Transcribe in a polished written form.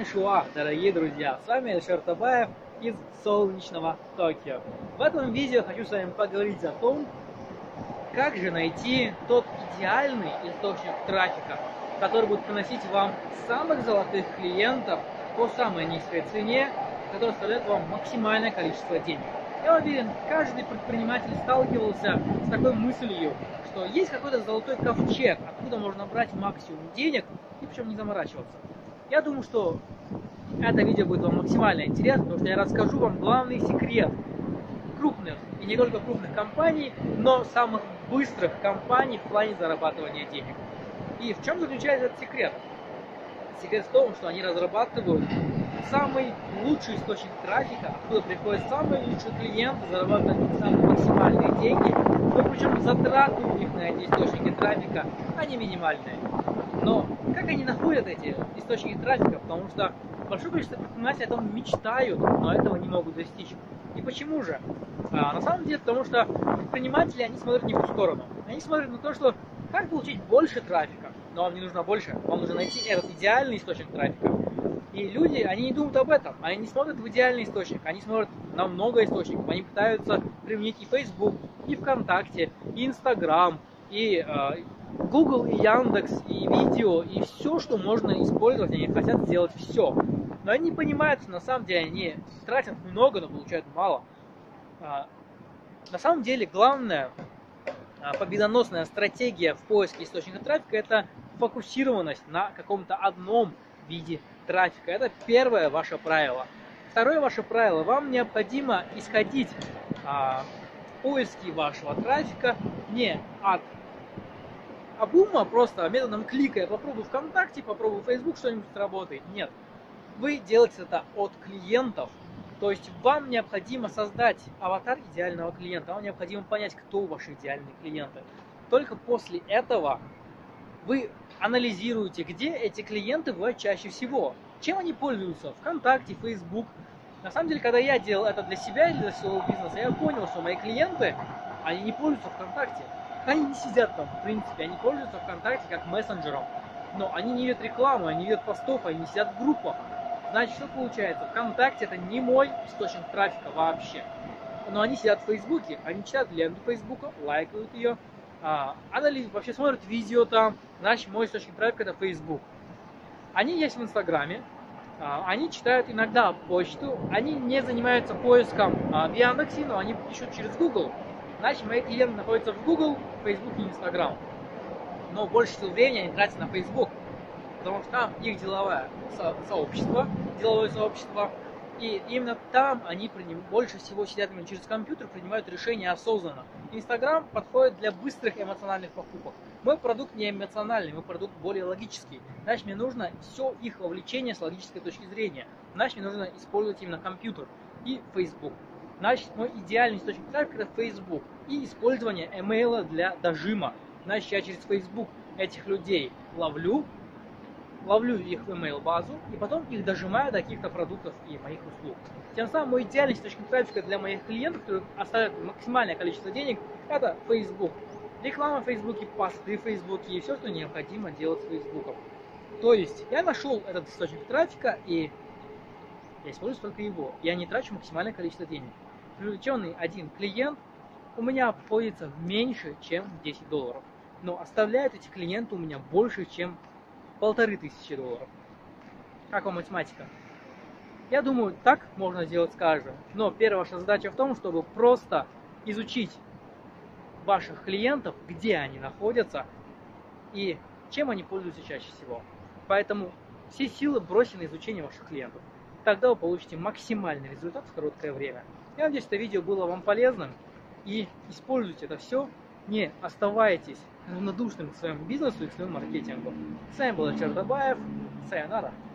Коннишуа, дорогие друзья! С вами Эльшер Табаев из солнечного Токио. В этом видео хочу с вами поговорить о том, как же найти тот идеальный источник трафика, который будет приносить вам самых золотых клиентов по самой низкой цене, который оставляет вам максимальное количество денег. Я уверен, каждый предприниматель сталкивался с такой мыслью, что есть какой-то золотой ковчег, откуда можно брать максимум денег и причем не заморачиваться. Я думаю, что это видео будет вам максимально интересно, потому что я расскажу вам главный секрет крупных и не только крупных компаний, но самых быстрых компаний в плане зарабатывания денег. И в чем заключается этот секрет? Секрет в том, что они разрабатывают самый лучший источник трафика, откуда приходят самые лучшие клиенты, зарабатывают самые максимальные деньги, но причем затраты у них на эти источники трафика, они минимальные. Но как они находят эти источники трафика? Потому что большое количество предпринимателей о том мечтают, но этого не могут достичь. И почему же? На самом деле, потому что предприниматели, они смотрят не в ту сторону. Они смотрят на то, что как получить больше трафика, но вам не нужно больше, вам нужно найти этот идеальный источник трафика. И люди, они не думают об этом, они не смотрят в идеальный источник, они смотрят на много источников, они пытаются применить и Facebook, и ВКонтакте, и Instagram, и Google, и Яндекс, и видео, и все, что можно использовать, они хотят сделать все. Но они не понимают, что на самом деле они тратят много, но получают мало. На самом деле главная победоносная стратегия в поиске источника трафика — это фокусированность на каком-то одном виде трафика. Это первое ваше правило. Второе ваше правило: вам необходимо исходить в поиске вашего трафика не от обума, просто методом клика я попробую ВКонтакте, попробую Facebook, что-нибудь сработает. Нет. Вы делаете это от клиентов. То есть вам необходимо создать аватар идеального клиента. Вам необходимо понять, кто ваши идеальные клиенты. Только после этого вы анализируете, где эти клиенты бывают чаще всего. Чем они пользуются? ВКонтакте, Facebook. На самом деле, когда я делал это для себя или для своего бизнеса, я понял, что мои клиенты, они не пользуются ВКонтакте. Они не сидят там, в принципе, они пользуются ВКонтакте как мессенджером. Но они не видят рекламу, они не видят постов, они не сидят в группах. Значит, что получается? ВКонтакте это не мой источник трафика вообще. Но они сидят в Фейсбуке, они читают ленту Фейсбука, лайкают ее, вообще смотрят видео там. Значит, мой источник трафика это Facebook. Они есть в Инстаграме, они читают иногда почту, они не занимаются поиском в Яндексе, но они пишут через Google. Значит, мои клиенты находятся в Google, Facebook и Instagram. Но больше всего времени они тратят на Facebook, потому что там их деловое сообщество, и именно там они больше всего сидят именно через компьютер, принимают решения осознанно. Инстаграм подходит для быстрых эмоциональных покупок. Мой продукт не эмоциональный, мой продукт более логический. Значит, мне нужно все их вовлечение с логической точки зрения. Значит, мне нужно использовать именно компьютер и Facebook. Значит, мой идеальный источник трафика это Facebook и использование email для дожима. Значит, я через Facebook этих людей ловлю их в email базу и потом их дожимаю до каких-то продуктов и моих услуг. Тем самым мой идеальный источник трафика для моих клиентов, которые оставляют максимальное количество денег, это Facebook. Реклама в Фейсбуке, посты в Фейсбуке и все, что необходимо делать с Фейсбуком. То есть я нашел этот источник трафика и я использую только его. Я не трачу максимальное количество денег. Привлеченный один клиент у меня обходится меньше, чем $10. Но оставляют эти клиенты у меня больше, чем $1500. Как вам математика? Я думаю, так можно сделать с каждым. Но первая ваша задача в том, чтобы просто изучить ваших клиентов, где они находятся и чем они пользуются чаще всего. Поэтому все силы бросьте на изучение ваших клиентов. Тогда вы получите максимальный результат в короткое время. Я надеюсь, это видео было вам полезным. И используйте это все. Не оставайтесь равнодушным к своему бизнесу и к своему маркетингу. С вами был Эльшер Табаев. Сайонара.